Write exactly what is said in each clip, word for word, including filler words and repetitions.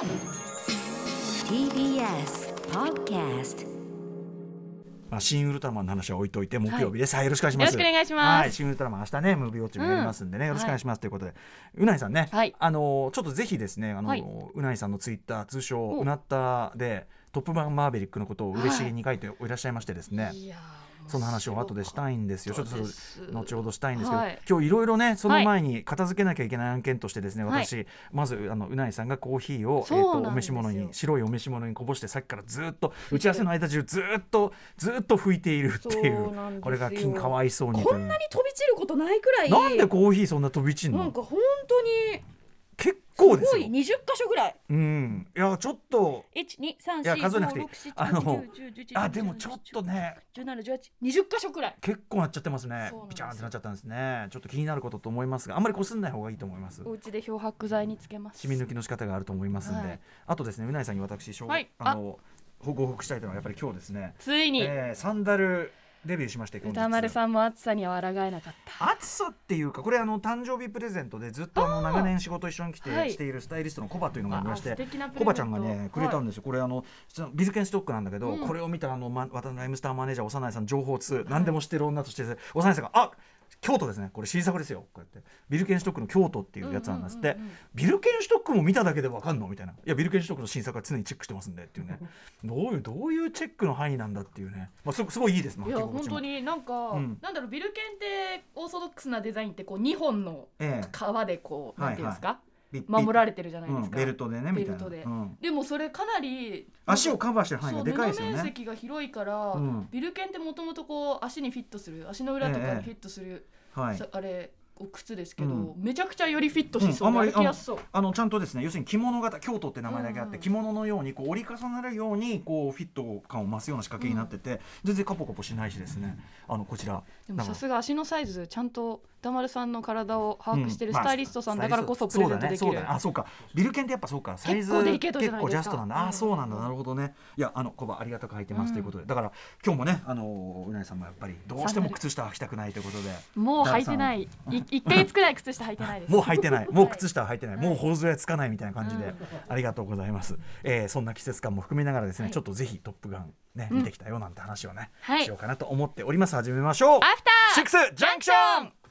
ティービーエス Podcast。 まあ、新ウルトラマンの話は置いといて木曜日です、はい、よろしくお願いします。 よろしくお願いします。 はい、新ウルトラマン明日ねムービーウォッチもやりますんでね、うん、よろしくお願いします、はい、ということでうないさんね、はい、あのちょっとぜひですねあの、はい、うないさんのツイッター通称うなったでトップガンマーヴェリックのことを嬉しげに書いていらっしゃいましてですね、はい、いやその話を後でしたいんですよ。ちょっと後ほどしたいんですけど、はい、今日いろいろねその前に片付けなきゃいけない案件としてですね、はい、私まずあのうないさんがコーヒーを、えー、とお召し物に白いお召し物にこぼしてさっきからずっと打ち合わせの間中ずっとずっと拭いているっていうこれが金かわいそうにこんなに飛び散ることないくらいなんでコーヒーそんな飛び散るのなんか本当に結構ですよ。 すごいにじゅっかしょぐらい。 うんいやちょっといちにさんいや数えなくていいあのあでもちちょっとねじゅうなな、じゅうはち、にじゅっかしょくらい結構なっちゃってますね。ピチャーンってなっちゃったんですね。ちょっと気になることと思いますがあんまりこすんない方がいいと思います。 お家で漂白剤につけます。 染み抜きの仕方があると思いますんで、はい、あとですねうないさんに私、はい、あのご報告したいというのはやっぱり今日ですねついに、 えー、サンダルデビューしまして歌丸さんも暑さには抗えなかった。 暑さっていうかこれあの誕生日プレゼントでずっとあの長年仕事一緒に来て、はい、しているスタイリストのコバというのがありましてコバちゃんがねくれたんですよ、はい、これあのビルケンストックなんだけど、うん、これを見たあの、ま、渡辺ライムスターマネージャー長内さん情報通、はい、何でも知ってる女として長内さんがあ京都ですねこれ新作ですよこうやってビルケンシュトックの京都っていうやつなんですって、うんうんうんうん、ビルケンシュトックも見ただけで分かんのみたいないやビルケンシュトックの新作は常にチェックしてますんでっていうねどういうどういうチェックの範囲なんだっていうね、まあ、す, すごいいいですね。 いや本当になんか、うん、なんだろうビルケンってオーソドックスなデザインってこうにほんの革でこう、ええ、なんていうんですか、はいはい守られてるじゃないですか、 うん、ベルトでねみたいなベルトで、うん、でもそれかなり足をカバーしてる範囲がでかいですよね。 布面積が広いから、うん、ビルケンってもともとこう足にフィットする足の裏とかにフィットする、ええはい、あれ靴ですけど、うん、めちゃくちゃよりフィットしそう、うん、歩きやすそう。 あのちゃんとですね要するに着物型京都って名前だけあって、うん、着物のようにこう折り重なるようにこうフィット感を増すような仕掛けになってて、うん、全然カポカポしないしですねあのこちらでもさすが足のサイズちゃんと歌丸さんの体を把握してるスタイリストさんだからこそプレゼントできる、うんまあ、そうだねそうだねあそうかビルケンってやっぱそうかサイズ結構ジャストなんだあそうなんだなるほどね。いやあのコバありがたく履いてます、うん、ということでだから今日もねあのうないさんもやっぱりどうしても靴下履きたくないということでもう履いてないいっかげつくらい靴下履いてないですもう履いてないもう靴下は履いてない、はい、もう頬杖はつかないみたいな感じで、うん、ありがとうございます、えー、そんな季節感も含めながらですね、はい、ちょっとぜひトップガンね、うん、見てきたよなんて話をね、はい、しようかなと思っております。始めましょう。アフターシックスジャンクション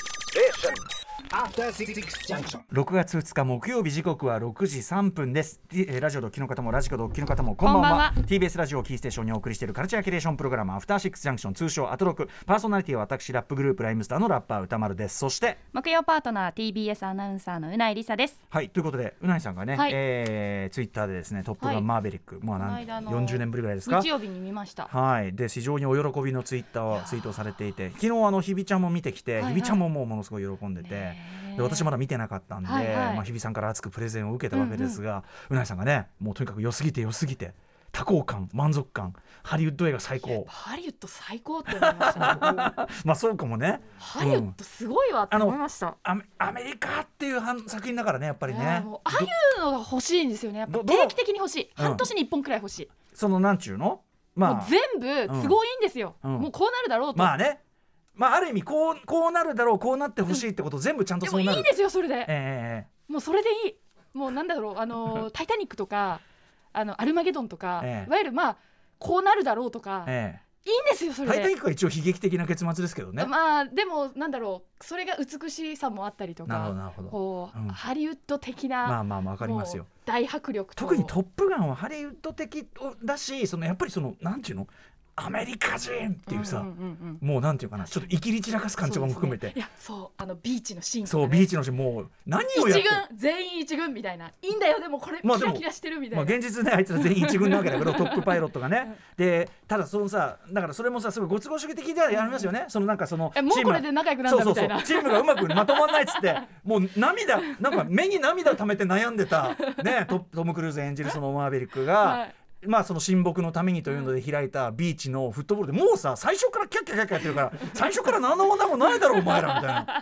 ろくがつふつか木曜日時刻はろくじさんぷんです。ラジオドッキの方もラジコドッキの方もこんばんは。こんばんは。 ティービーエス ラジオキーステーションにお送りしているカルチャーキュレーションプログラムアフターシックスジャンクション通称アトロクパーソナリティは私ラップグループライムスターのラッパー歌丸です。そして木曜パートナー ティービーエス アナウンサーのうないりさです。 はいということでうないさんがね、はいえー、ツイッターでですねトップガンマーヴェリック、はい、まあなんよんじゅうねんぶりぐらいですか日曜日に見ました。 はいで非常にお喜びのツイッターをツイートされていて昨日あの日比ちゃんも見てきて、はいはい、日比ちゃんももうものすごい喜んでてで私まだ見てなかったんで、はいはいまあ、日比さんから熱くプレゼンを受けたわけですが、うんうん、うないさんがねもうとにかく良すぎて良すぎて多幸感満足感ハリウッド映画最高ハリウッド最高って思いましたまあそうかもねハリウッドすごいわって思いました、 うん、アメリカっていう作品だからねやっぱりねもうああいうのが欲しいんですよねやっぱ定期的に欲しい半年にいっぽんくらい欲しい、うん、 そのなんちゅうの、まあ、 もう全部都合いいんですよ、うん、もうこうなるだろうとまあねまあ、ある意味こう、こうなるだろうこうなってほしいってこと全部ちゃんとそうなる、 でもいいですよそれで、 えー、もうそれでいいもうなんだろうあのタイタニックとかあのアルマゲドンとか、えー、いわゆるまあこうなるだろうとか、えー、いいんですよそれで。 タイタニックは一応悲劇的な結末ですけどねまあでもなんだろうそれが美しさもあったりとかなるほどなるほどこう、うん、ハリウッド的なまあまあわかりますよ大迫力と特にトップガンはハリウッド的だしそのやっぱりそのなんていうのアメリカ人っていうさ、うんうんうんうん、もうなんていうかなちょっとイキリ散らかす感じも含めて、 ね、いやそうあのビーチのシーン、ね、 そうビーチのシーンもう何をやって一軍全員一軍みたいないいんだよでもこれキラキラしてるみたいな、 まあ、現実ねあいつら全員一軍なわけだけどトップパイロットがねでただそのさだからそれもさすごいご都合主義的ではやりますよね、うん、そのなんかそのえもうこれで仲良くなったみたいなそうそうそうチームがうまくまとまんないっつってもう涙なんか目に涙溜めて悩んでた、ね、ト, トム・クルーズ演じるそのマーヴェリックが、はいまあその親睦のためにというので開いたビーチのフットボールでもうさ最初からキャッキャキャッキャやってるから最初から何の問題もないだろうお前らみたいな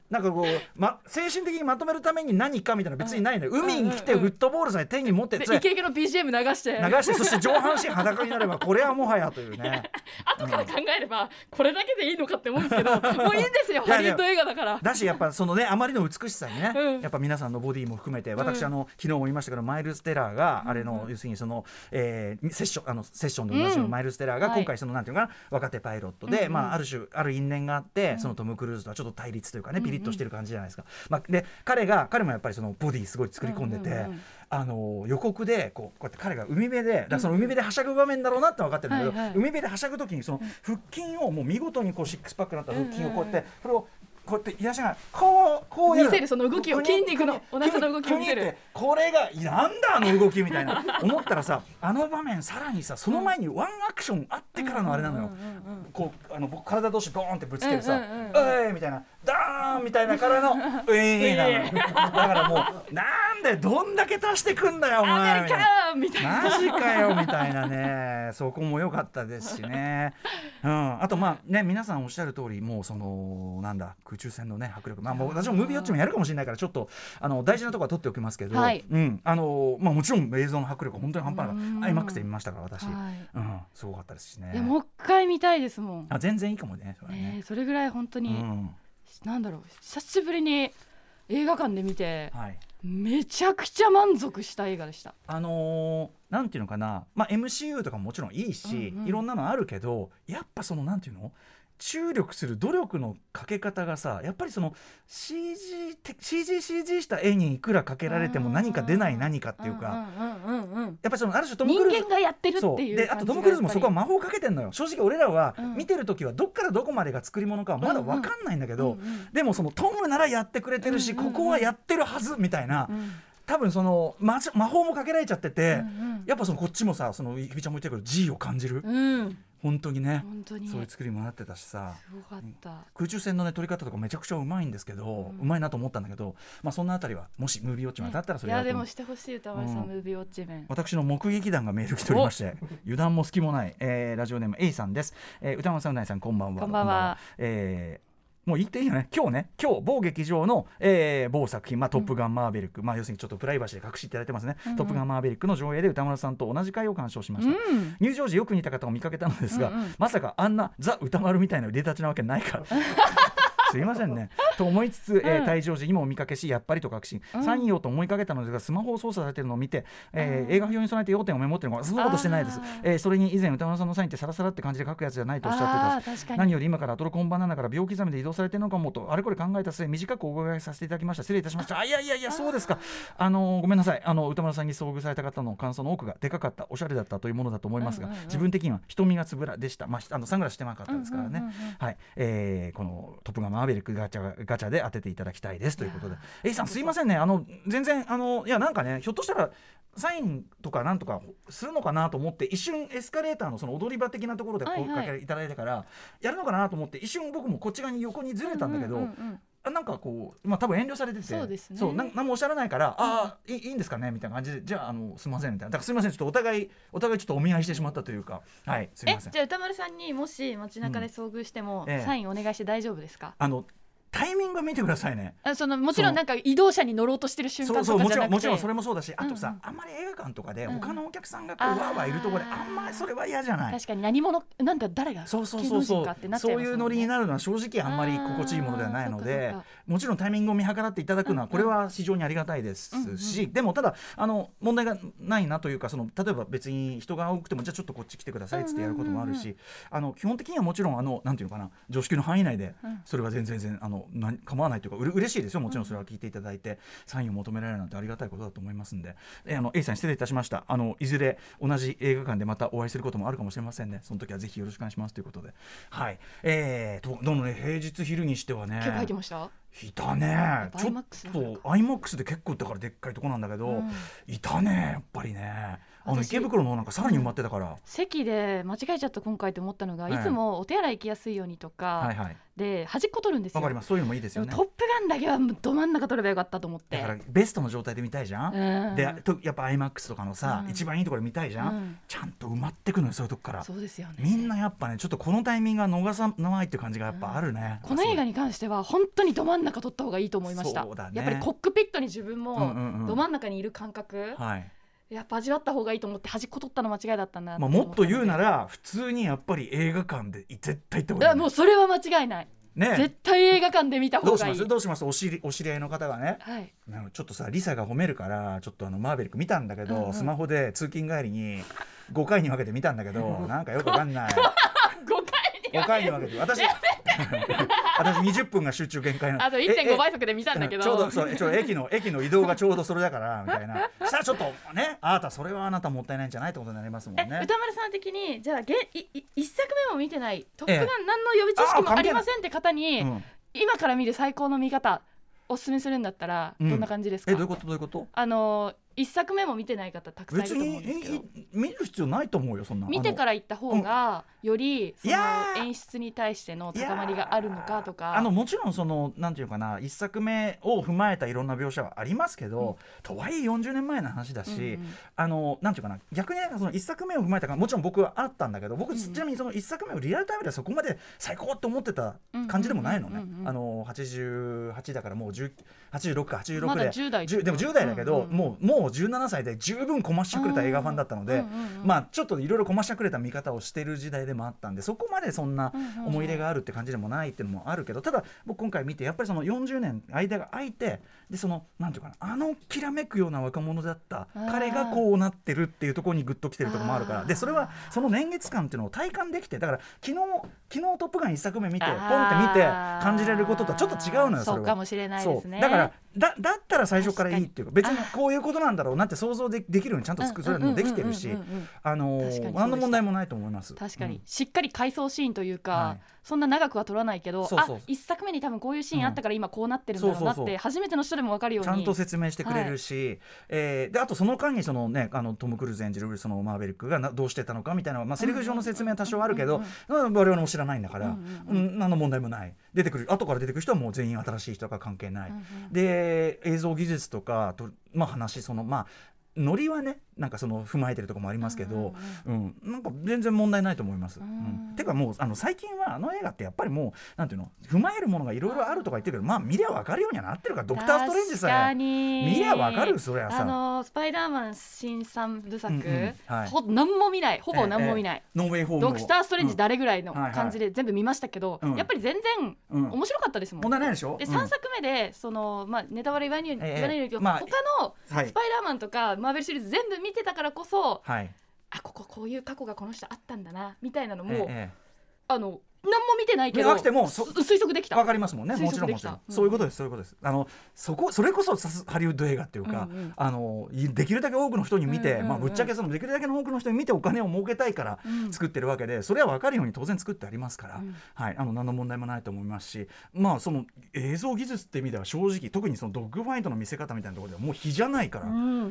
なんかこう、ま、精神的にまとめるために何かみたいな別にないのよ、うん、海に来てフットボールさえ手に持ってイケイケの ビージーエム 流して流してそして上半身裸になればこれはもはやというね後から考えればこれだけでいいのかって思うんですけど、もういいんですよハリウッド映画だからだしやっぱそのねあまりの美しさにね、うん、やっぱ皆さんのボディも含めて私、うん、あの昨日も言いましたけどマイルス・テラーがあれの、うん、要するにその、えー、セッションあのセッションで同じようなマイルス・テラーが今回その、はい、なんていうかな若手パイロットで、うんまあ、ある種ある因縁があって、うん、そのトム・クルーズとはちょっと対立というかねピリッとしてる感じじゃないですか、まあ、で彼が彼もやっぱりそのボディすごい作り込んでて、うんうんうん、あの予告でこうこうやって彼が海辺でだからその海辺ではしゃぐ場面だろうなって分かってるんだけど、はいはい、海辺ではしゃぐ時にその腹筋をもう見事にこうシックスパックになった腹筋をこうやってそれをこうやっていらっしゃいなこうこうやる見せるその動きを筋肉のお腹の動きを見せるこれがなんだあの動きみたいな思ったらさあの場面さらにさその前にワンアクションあってからのあれなのよ、こうあの僕体同士ドーンってぶつけるさ、うんうんうん、えーみたいなダーンみたいなからのうえーなのだからもうなんでどんだけ足してくんだよお前アメリカみたいなマジかよみたいなねそこも良かったですしね、うん、あとまあね皆さんおっしゃる通りもうそのなんだ空中戦のね迫力まあもう私もムービーウォッチもやるかもしれないからちょっとあの大事なところは撮っておきますけど、はいうんあのまあ、もちろん映像の迫力本当に半端なかった アイマックス で見ましたから私、はいうん、すごかったですしねいやもう一回見たいですもんあ全然いいかもねそれね、 ねそれぐらい本当に、うん、なんだろう久しぶりに映画館で見て、はい、めちゃくちゃ満足した映画でしたあのー、なんていうのかな、まあ、エムシーユー とかももちろんいいし、うんうん、いろんなのあるけどやっぱそのなんていうの注力する努力のかけ方がさやっぱりその シージー シージーシージー した絵にいくらかけられても何か出ない何かっていうかやっぱりそのある種トム・クルーズ人間がやってるっていうであとトム・クルーズもそこは魔法かけてんのよ正直俺らは見てる時はどっからどこまでが作り物かはまだ分かんないんだけど、うんうん、でもそのトムならやってくれてるし、うんうんうん、ここはやってるはずみたいな、うん多分その魔法もかけられちゃってて、うんうん、やっぱそのこっちもさそのひびちゃんも言ってるけど G を感じる、うん、本当にね本当にそういう作りもなってたしさすごかった空中戦の、ね、撮り方とかめちゃくちゃうまいんですけど、うん、うまいなと思ったんだけど、まあ、そんなあたりはもしムービーウォッチマンだったらそれやいやでもしてほしい歌丸さん、うん、ムービーウォッチマン私の目撃談がメール来ておりまして油断も隙もない、えー、ラジオネーム A さんです、えー、歌丸さんうないさんこんばんはこんばんは、 えーもう言っていいよね今日ね今日某劇場の、えー、某作品、まあ、トップガンマーヴェリック、うんまあ、要するにちょっとプライバシーで隠していただいてますね、うんうん、トップガンマーヴェリックの上映で歌丸さんと同じ回を鑑賞しました、うん、入場時よく似た方を見かけたのですが、うんうん、まさかあんなザ歌丸みたいな腕立ちなわけないからすいませんねと思いつつ、えー、退場時にもお見かけしやっぱりと確信、うん、サインよと思いかけたのですがスマホを操作されているのを見て、えー、映画表に備えて要点をメモっているのがそんなことしてないです、えー、それに以前歌丸さんのサインってサラサラって感じで書くやつじゃないとおっしゃってたし何より今からアトロコン版なんだから秒刻みで移動されているのかもとあれこれ考えた末短くお伺いさせていただきました失礼いたしましたあいやいやいやそうですかあのー、ごめんなさいあの歌丸さんに遭遇された方の感想の多くがでかかったおしゃれだったというものだと思いますが、うんうんうん、自分的には瞳がつぶらでした、まあ、あのサングラスしてなかったですからね、うんうんうんうん、はい、えー、このトップガンマーヴェリックガチャガチャで当てていただきたいですということで A さんすいませんねあの全然あのいやなんかねひょっとしたらサインとかなんとかするのかなと思って一瞬エスカレーターのその踊り場的なところで声かけいただいてからやるのかなと思って一瞬僕もこっち側に横にずれたんだけど、うんうんうんうん、なんかこうまあ多分遠慮されててそうですねそうな何もおっしゃらないから、うん、ああいいんですかねみたいな感じでじゃあ、あのすいませんみたいなだからすいませんちょっとお互いお互いちょっとお見合いしてしまったというかはいすいませんえじゃあ歌丸さんにもし街中で遭遇しても、うんええ、サインお願いして大丈夫ですかあのタイミングを見てくださいねあそのもちろんなんか移動車に乗ろうとしてる瞬間とかじゃなくてそうそうもちろんもちろんそれもそうだしあとさ、うんうん、あんまり映画館とかで他のお客さんがこう、うん、わーわーいるところであんまりそれは嫌じゃない確かに何者なんか誰がそうそうそうそう、 ね、 そういうノリになるのは正直あんまり心地いいものではないのでもちろんタイミングを見計らっていただくのはこれは非常にありがたいですし、うんうん、でもただあの問題がないなというかその例えば別に人が多くてもじゃあちょっとこっち来てくださいってやることもあるし、うんうんうんうん、あの基本的にはもちろんあのなんていうのかな常識の範囲内でそれは全然全然あのな構わないというかうれ嬉しいですよもちろんそれは聞いていただいて、うん、サインを求められるなんてありがたいことだと思いますんで、えー、あの A さん失礼いたしましたあのいずれ同じ映画館でまたお会いすることもあるかもしれませんねその時はぜひよろしくお願いしますということではいえー、とどのね平日昼にしてはね結構入ってましたいたねちょっと アイマックス で結構だからでっかいとこなんだけど、うん、いたねやっぱりねあの池袋のなんかさらに埋まってたから、うん、 席で間違えちゃった今回と思ったのが、はい、いつもお手洗い行きやすいようにとか、はいはい、で端っこ取るんですよ。 わかりますそういうのもいいですよね。 トップガンだけはど真ん中取ればよかったと思ってだからベストの状態で見たいじゃん、うん、でとやっぱ アイマックス とかのさ、うん、一番いいところで見たいじゃん、うん、ちゃんと埋まってくのよそういうとこからそうですよね。 みんなやっぱねちょっとこのタイミングが逃さないっていう感じがやっぱあるね、 うん、この映画に関しては本当にど真んん中取った方がいいと思いました、 そうだね、 やっぱりコックピットに自分もど真ん中にいる感覚、 うんうんうん、はい、 やっぱ味わった方がいいと思って端っこ取ったの間違いだったんだな、 まあ、もっと言うなら普通にやっぱり映画館で絶対行った方がいい、ね、 もうそれは間違いない、ね、絶対映画館で見た方がいい。 どうしますどうしますお知り、お知り合いの方がね、 はい、 ちょっとさリサが褒めるからちょっとあのマーベリック見たんだけど、うんうん、スマホで通勤帰りにごかいに分けて見たんだけどなんかよくわかんないごかいごかいに分けて私私にじゅっぷんが集中限界なの。 あと いってんご 倍速で見たんだけどちょうどそうちょ駅の駅の移動がちょうどそれだからみたいなしたらちょっとねあなたそれはあなたもったいないんじゃないってことになりますもんね。 え歌丸さん的にじゃあげいいいっさくめも見てないトップガン何の予備知識もありませんって方に、うん、今から見る最高の見方おすすめするんだったらどんな感じですか、 うん、えどういうことどういうことあのいっさくめも見てない方たくさんいると思うんですけど別に見る必要ないと思うよそんな見てから行った方がよりその演出に対しての高まりがあるのかとかあのもちろんそのなんていうかないっさくめを踏まえたいろんな描写はありますけど、うん、とはいえよんじゅうねんまえの話だし、うんうん、あのなんていうかな逆にそのいっさくめを踏まえたかもちろん僕はあったんだけど僕、うん、ちなみにそのいっさくめをリアルタイムではそこまで最高って思ってた感じでもないのね。あのはちじゅうはちだからもうじゅうはちじゅうろくかはちじゅうろくで、 まだじゅう代でもじゅう代だけど、うんうん、もうもうじゅうななさいで十分こましゃくれた映画ファンだったので、うんうんうん、まあちょっといろいろこましゃくれた見方をしてる時代でもあったんでそこまでそんな思い入れがあるって感じでもないっていうのもあるけどただ僕今回見てやっぱりそのよんじゅうねん間が空いてでそのなんていうかなあのきらめくような若者だった彼がこうなってるっていうところにグッときてるところもあるからでそれはその年月感っていうのを体感できてだから昨日昨日トップガンいっさくめ見てポンって見て感じられることとはちょっと違うのよそれは。 そうかもしれないですね。 だからだ, だったら最初からいいっていうか別にこういうことなんだろうなって想像 で, できるようにちゃんと作るのもできてるし何の問題もないと思います。 確かに、うん、しっかり回想シーンというか、はい、そんな長くは撮らないけどそうそうそうあ一作目に多分こういうシーンあったから今こうなってるんだろうなって、うん、そうそうそう初めての人でも分かるようにちゃんと説明してくれるし、はいえー、であとその間にその、ね、あのトム・クルーズ演じるそのマーベリックがなどうしてたのかみたいな、まあ、セリフ上の説明は多少あるけど、うんうんうん、我々も知らないんだから、うんうんうん、何の問題もない出てくる後から出てくる人はもう全員新しい人が関係ない、うんうん、で映像技術とかと、まあ、話そのまあノリはねなんかその踏まえてるところもありますけど、うんうんうんうん、なんか全然問題ないと思います。うんうん、てかもうあの最近はあの映画ってやっぱりもうなんていうの踏まえるものがいろいろあるとか言ってるけどまあ見りゃ分かるようにはなってるからドクターストレンジさえ見りゃ分かるそりゃさあのスパイダーマン新三部作、うんうんはい、ほ何も見ないほぼ何も見ない、 えーえー、ノーウェイホームドクターストレンジ誰ぐらいの感じで全部見ましたけど、うんはいはい、やっぱり全然面白かったですもん、 うん、問題ないでしょ。 でさんさくめでその、まあ、ネタバレ言わないようにけど、まあ、他のスパイダーマンとかマーベルシリーズ全部見てたからこそ、はい、あこここういう過去がこの人あったんだなみたいなのも、ええ、あの何も見てないけどなくても推測できたわかりますもんねもちろんもちろん、うん、そういうことですそういうことですあのそこそれこそハリウッド映画っていうか、うんうん、あのできるだけ多くの人に見て、うんうんうんまあ、ぶっちゃけそのできるだけの多くの人に見てお金を儲けたいから作ってるわけで、うん、それは分かるように当然作ってありますから、うんはい、あの何の問題もないと思いますしまあその映像技術って意味では正直特にそのドッグファイトの見せ方みたいなところではもう比じゃないから、うん、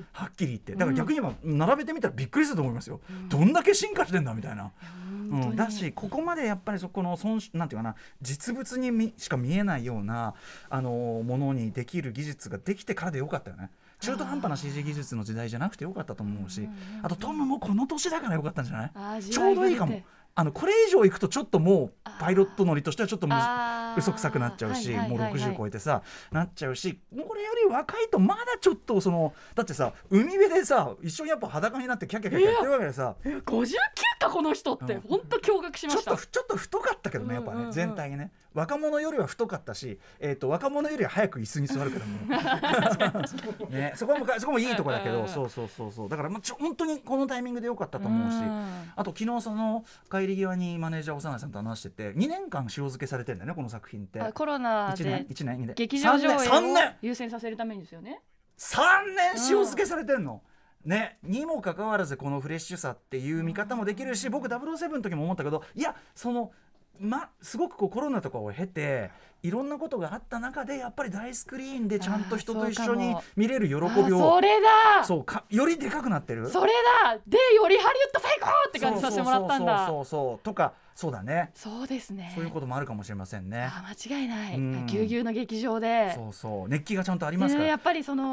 はっきり言ってだから逆に言えば並べてみたらびっくりすると思いますよ、うん、どんだけ進化してんだみたいな、うんうん、だしここまでやっぱりそこの損なんていうかな実物にみしか見えないようなあのものにできる技術ができてからでよかったよね。中途半端な シージー 技術の時代じゃなくてよかったと思うしあとトムもこの年だからよかったんじゃないちょうどいいかもあのこれ以上いくとちょっともうパイロット乗りとしてはちょっとむ嘘くさくなっちゃうし、はいはいはいはい、もうろくじゅう超えてさなっちゃうしこれより若いとまだちょっとそのだってさ海辺でさ一緒にやっぱ裸になってキャキャキャキャやってるわけでさごじゅうきゅうかこの人って本当驚愕しました。 ちょっとちょっと太かったけどねやっぱね、うんうんうん、全体にね若者よりは太かったし、えー、と若者よりは早く椅子に座るけども、ね、そこもそこもいいとこだけどそうそうそうそうだから、まあ、ちょ本当にこのタイミングでよかったと思うしあと昨日その帰り際にマネージャー長内さんと話しててにねんかん塩漬けされてるんだよねこの作品ってコロナでいちねんで劇場上映を優先させるためにですよね。 さんねん塩漬けされてんのね、にもかかわらずこのフレッシュさっていう見方もできるし僕ダブルオーセブンの時も思ったけどいやそのま、すごくこうコロナとかを経ていろんなことがあった中でやっぱり大スクリーンでちゃんと人と一緒に見れる喜びをそれだそうかよりでかくなってるそれだでよりハリウッド最高って感じさせてもらったんだそうそうそうそうとかそうだねそうですねそういうこともあるかもしれませんねあ間違いないぎゅうぎゅうの劇場でそうそう熱気がちゃんとありますから、 ね、やっぱりその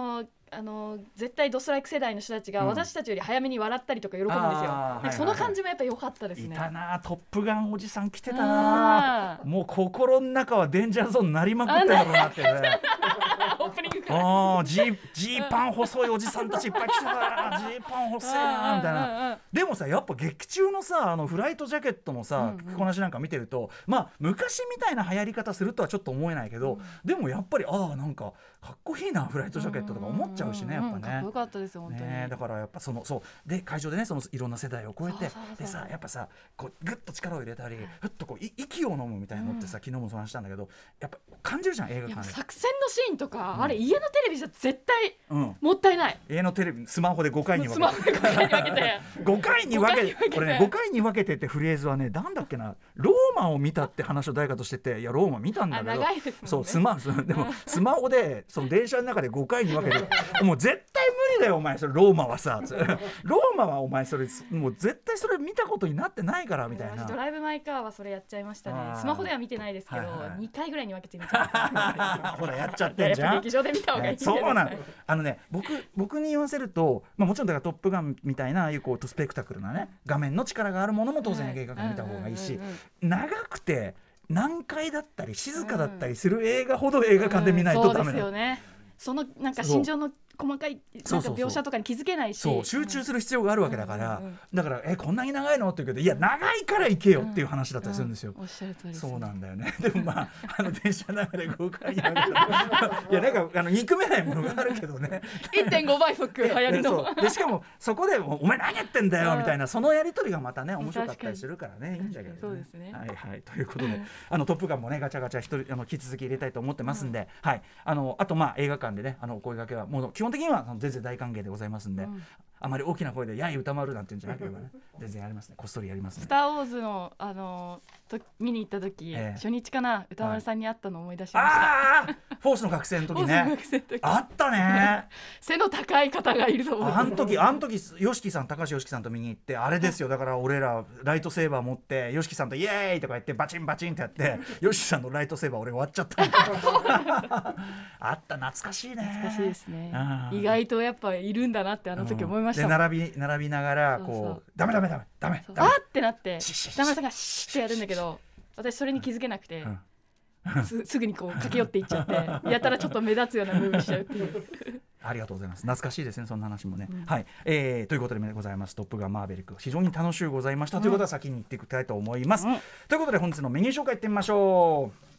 あの絶対ドストライク世代の人たちが私たちより早めに笑ったりとか喜ぶんですよ、うん、なんかその感じもやっぱ良かったですね。 いたな、トップガンおじさん来てたな。もう心の中はデンジャーゾーンなりまくってたろうなってねオープニングからジーパン細いおじさんたちいっぱい来てたな、ジーパン細いなみたいな。でもさ、やっぱ劇中のさ、あのフライトジャケットのさ、着こなしなんか見てると、まあ昔みたいな流行り方するとはちょっと思えないけど、うん、でもやっぱりああなんかかっこいいなフライトジャケットとか思っちゃうしね、やっぱね。 かっこよかったですよ本当に、 ね、だからやっぱそのそうで会場でね、そのいろんな世代を超えて、そうそうそうでさ、やっぱさこうグッと力を入れたり、ふっとこう息を飲むみたいなのってさ、うん、昨日もそう話したんだけど、やっぱ感じるじゃん映画館で。 作戦のシーンとか、うん、あれ家のテレビじゃ絶対もったいない、 うん、家のテレビスマホでごかいに分けてスマホでごかいに分けてごかいに分けてこれねごかいに分けてってフレーズはね、なんだっけな、ローマを見たって話を誰かとしてて、いやローマ見たんだけど、 長いですもんね、 そうスマでもスマホでその電車の中でごかいに分けてもう絶対無理だよお前それローマはさローマはお前それもう絶対それ見たことになってないからみたいな。 ドライブ・マイ・カーはそれやっちゃいましたね。スマホでは見てないですけど、はいはい、にかいぐらいに分けてみちゃうほらやっちゃってんじゃん。 劇場で見た方がいいんじゃない。 そうなの。あのね、僕僕に言わせると、まあ、もちろんだからトップガンみたいなああいうこうスペクタクルなね画面の力があるものも当然映画館で見た方がいいし、長くて難解だったり静かだったりする映画ほど映画館で見ないとダメな、うん、そうですよね。 そのなんか心情の細かいなんか描写とかに気づけないし、 そう集中する必要があるわけだから、うんうんうん、だからえこんなに長いのって言うけど、いや長いから行けよっていう話だったりするんですよ、 うんうん、おっしゃる通りです。 そうなんだよね。でもまああの電車の中でごかいに上げたいやなんかあの憎めないものがあるけどねいってんご 倍速流行りのでしかもそこでお前何やってんだよみたいなそのやり取りがまたね面白かったりするからね、いいんだけどね。 そうですね。 はいはいということであのトップガンもねガチャガチャ一人あの引き続き入れたいと思ってますんで、うん、はいあのあとまあ映画館でねあのお声掛けはもう基本的には全然大歓迎でございますんで、うん、あまり大きな声でやい歌丸なんていうんじゃなければね全然やりますね、こっそりやりますね。 スターウォーズのあのと見に行った時、えー、初日かな歌丸さんに会ったのを思い出しました、 はい、あフォースの学生の時ねあったね背の高い方がいると思う。 あの時あの時ヨシキさん高橋ヨシキさんと見に行ってあれですよ、だから俺らライトセーバー持ってヨシキさんとイエーイとか言ってバチンバチンってやってヨシキさんのライトセーバー俺終わっちゃったあった懐かしいね。 懐かしいですね。意外とやっぱいるんだなってあの時思いました、 うん、で並び並びながらこうそうそうダメダメダメダメダメあってなってダメさんがシッってやるんだけど私それに気づけなくて、うん、す, すぐにこう駆け寄っていっちゃってやたらちょっと目立つようなムーブしちゃうっていうありがとうございます。懐かしいですねそんな話もね、うん、はい、えー、ということでございます。トップガンマーヴェリック非常に楽しゅうございました、うん、ということは先に言っていきたいと思います、うん、ということで本日のメニュー紹介いってみましょう。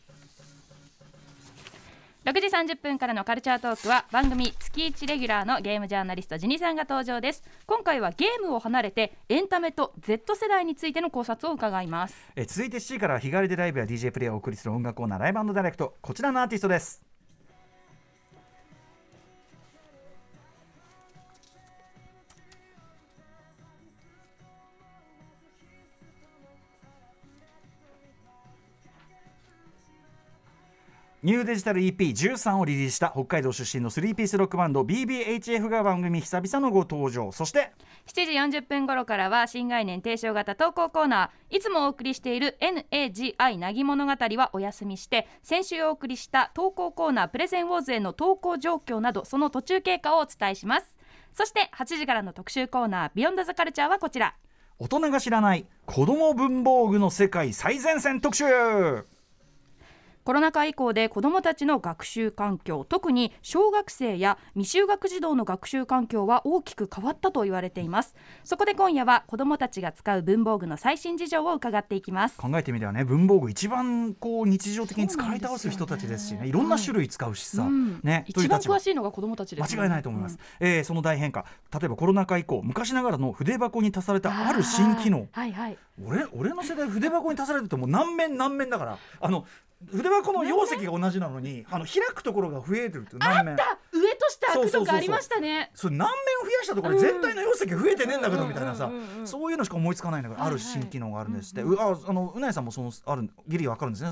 ろくじさんじゅっぷんからのカルチャートークは番組月いちレギュラーのゲームジャーナリストジニさんが登場です。今回はゲームを離れてエンタメと Z 世代についての考察を伺います。 え続いてしちじからは日替わりでライブや ディージェー プレイをお送りする音楽コーナーライブ&ダイレクト、こちらのアーティストです。ニューデジタル イーピーじゅうさん をリリースした北海道出身のスリーピースロックバンド ビービーエイチエフ が番組久々のご登場。そしてしちじよんじゅっぷん頃からは新概念提唱型投稿コーナー、いつもお送りしている エヌエージーアイ なぎ物語はお休みして、先週お送りした投稿コーナープレゼンウォーズへの投稿状況などその途中経過をお伝えします。そしてはちじからの特集コーナービヨンドザカルチャーはこちら、 大人が知らない子ども文房具の世界最前線特集。 コロナ禍以降で子どもたちの学習環境、特に小学生や未就学児童の学習環境は大きく変わったと言われています。そこで今夜は子どもたちが使う文房具の最新事情を伺っていきます。 考えてみればね、文房具一番こう日常的に使い倒す人たちですしね、いろんな種類使うしさ、はい、ね、 一番詳しいのが子どもたちです、 ね、間違いないと思います、うん、えー、その大変化、例えばコロナ禍以降昔ながらの筆箱に足されたある新機能、 はいはい、 俺, 俺の世代筆箱に足されるともう何面何面だから、あの筆箱の容積が同じなのにあの開くところが増えてるって、 何面あった上と下開くとかありましたね。 そうそうそうそう、それ何面増やしたところで全体の容積増えてねえんだけどみたいなさ、そういうのしか思いつかないんだから、ある新機能があるんですって、うんうん、ああのうなえさんもそのあるギリ分かるんですね、その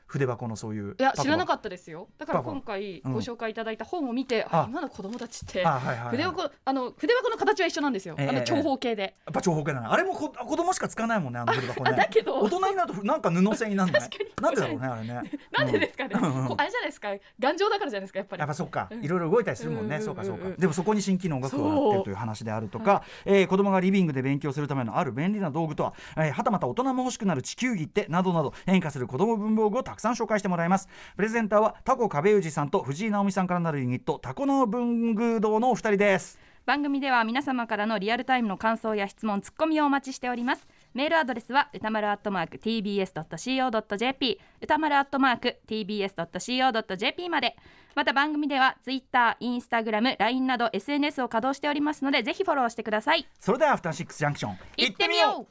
筆箱のそういう。 いや知らなかったですよ。だから今回ご紹介いただいた本を見て、うん、あ今の子供たちって筆箱、あの筆箱の形は一緒なんですよ、えー、あの長方形で、 やっぱ長方形なの。あれもこ子供しか使わないもんね、あの筆箱ね。 だけど大人になるとなんか布製になるのね。なんでだろうねあれね。 なんでですかね、うん、こあれじゃないですか、頑丈だからじゃないですか、やっぱり。 やっぱそっか、いろいろ動いたりするもんね、うん、そうかそうか。でもそこに新機能が加わっているという話であるとか、えー、子供がリビングで勉強するためのある便利な道具とは、えー、はたまた大人も欲しくなる地球儀ってなどなど変化する子供文房具をたくさん紹介してもらいます。プレゼンターはタコ壁氏さんと藤井直美さんからなるユニットタコの文具堂のお二人です。 番組では皆様からのリアルタイムの感想や質問ツッコミをお待ちしております。メールアドレスは歌丸アットマーク ティービーエスドットシーオードットジェーピー 歌丸アットマーク ティービーエスドットシーオードットジェーピー まで。また番組では Twitter、Instagram、ライン など エスエヌエス を稼働しておりますのでぜひフォローしてください。 それではアフターシックスジャンクション行ってみよう。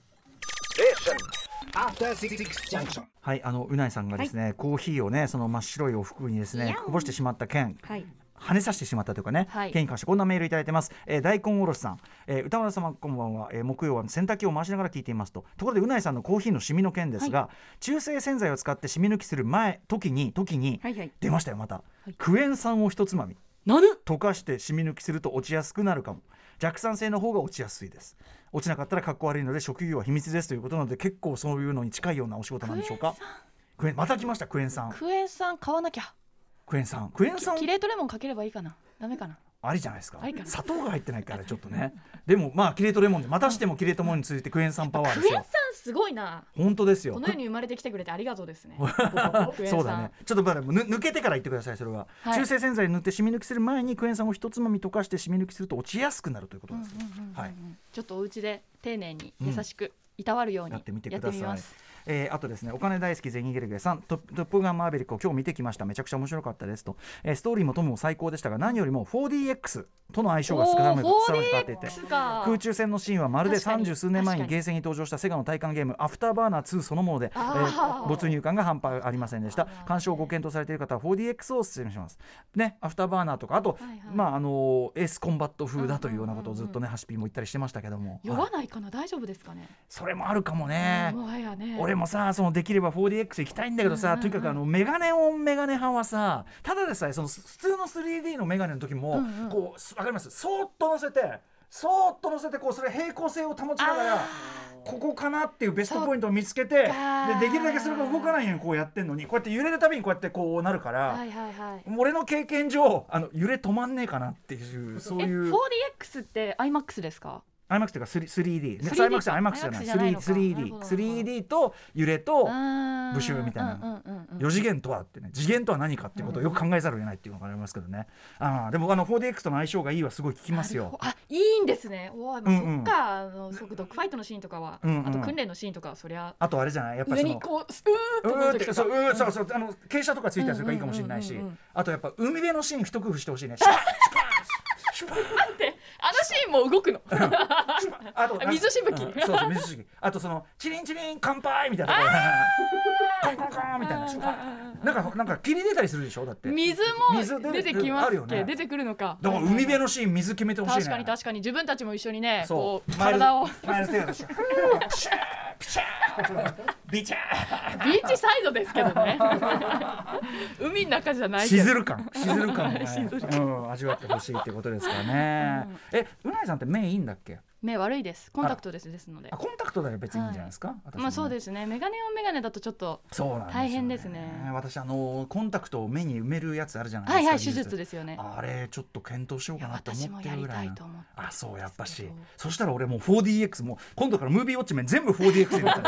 はい、あのうないさんがですね、はい、コーヒーをねその真っ白いお服にですねこぼしてしまった件、はい、跳ねさせてしまったというかね、はい、件に関してこんなメールいただいてます。えー、大根おろしさん、えー、歌丸様こんばんは、えー、木曜は洗濯機を回しながら聞いていますと。ところでうないさんのコーヒーのシミの件ですが、はい、中性洗剤を使ってシミ抜きする前時に時に、はいはい、出ましたよまた、はい、クエン酸を一つまみ溶かしてシミ抜きすると落ちやすくなるかも。弱酸性の方が落ちやすいです。落ちなかったらかっこ悪いので職業は秘密ですということなので結構そういうのに近いようなお仕事なんでしょうか。クエンまた来ましたクエン酸。 クエン酸買わなきゃ。 クエン酸クエン酸キレートレモンかければいいかな。ダメかな。 ありじゃないですか。砂糖が入ってないからちょっとねでもまあキレートレモンでまたしてもキレートレモンについてクエン酸パワーですよ。 クエン酸すごいな。 本当ですよ。 この世に生まれてきてくれてありがとうですねそうだね。ちょっとまだ抜けてから言ってください。それは、はい、中性洗剤塗ってシミ抜きする前にクエン酸を一つまみ溶かしてシミ抜きすると落ちやすくなるということです。 ちょっとお家で丁寧に優しく、うんいたわるようにやってみてください。 えー、あとですねお金大好きゼニゲルゲさんトップガンマーベリックを今日見てきました。めちゃくちゃ面白かったですと、えー、ストーリーもトムも最高でしたが何よりも フォーディーエックス との相性が少なめと伝わっていて空中戦のシーンはまるで三十数年前にゲーセンに登場したセガの体感ゲームアフターバーナーツーそのもので、えー、没入感が半端ありませんでした。鑑賞をご検討されている方は フォーディーエックス をお勧めしますね。アフターバーナーとかあと、はいはいまああのー、エースコンバット風だというようなことをずっとねハシピーも言ったりしてましたけども酔わないかな、はい、大丈夫ですかね。 それもあるかもね。 もはやね俺もさそのできれば フォーディーエックス 行きたいんだけどさ、うんうんうん、とにかくあのメガネオンメガネ派はさただでさえその普通の スリーディー のメガネの時も、うんうん、こうわかりますそーっと乗せてそーっと乗せてこうそれ平行性を保ちながらここかなっていうベストポイントを見つけてでできるだけそれが動かないようにこうやってんのにこうやって揺れるたびにこうやってこうなるから、はいはいはい、俺の経験上あの揺れ止まんねえかなっていうそういう。え フォーディーエックス って アイマックス ですか。アイマックス というか スリーディー アイマックス アイマックス じゃない スリーディー スリーディー スリーディー と揺れとブシューみたいなよ次元とはってね次元とは何かっていうことをよく考えざるを得ないっていうのがありますけどね。あでもあの フォーディーエックス との相性がいいはすごい聞きますよ。 あいいんですね。お、まあ、そっか、うんうん、あのドッグファイトのシーンとかは、うんうん、あと訓練のシーンとかはそりゃあとあれじゃないやっぱりその上にこううーっとそううそうそうあの傾斜とかついたりするからいいかもしれないし、あとやっぱ海辺のシーン一工夫してほしいね。シュパーシュパー待ってあのシーンも動くのあと水しぶき、うん、 そうそう水しぶきあとそのチリンチリン乾杯みたいなコンコンコンみたいななんかなんか霧出たりするでしょ。だって水も出てきますっけ、ね、出てくるのか。 だから海辺のシーン水決めてほしいね。 確かに確かに自分たちも一緒にねこう体をマイルステージでピシャーピシャービチャービーチサイドですけどね海の中じゃないけどしずる感しずる感を、ねうん、味わってほしいってことですからね、うん、えうないさんって目いいんだっけ。 目悪いですコンタクトですですので。 あコンタクトだよ別にいいんじゃないですか、はい私ね、まあそうですねメガネオンメガネだとちょっと大変ですね。 そうなんですよね。私あのコンタクトを目に埋めるやつあるじゃないですか。 はいはい手術ですよね。 あれちょっと検討しようかなと思ってるぐらい。 いや私もやりたいと思って。 あそうやっぱしそしたら俺もう フォーディーエックス も今度からムービーウォッチメン全部 フォーディーエックス になった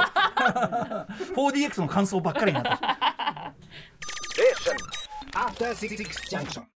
フォーディーエックス の感想ばっかりになった。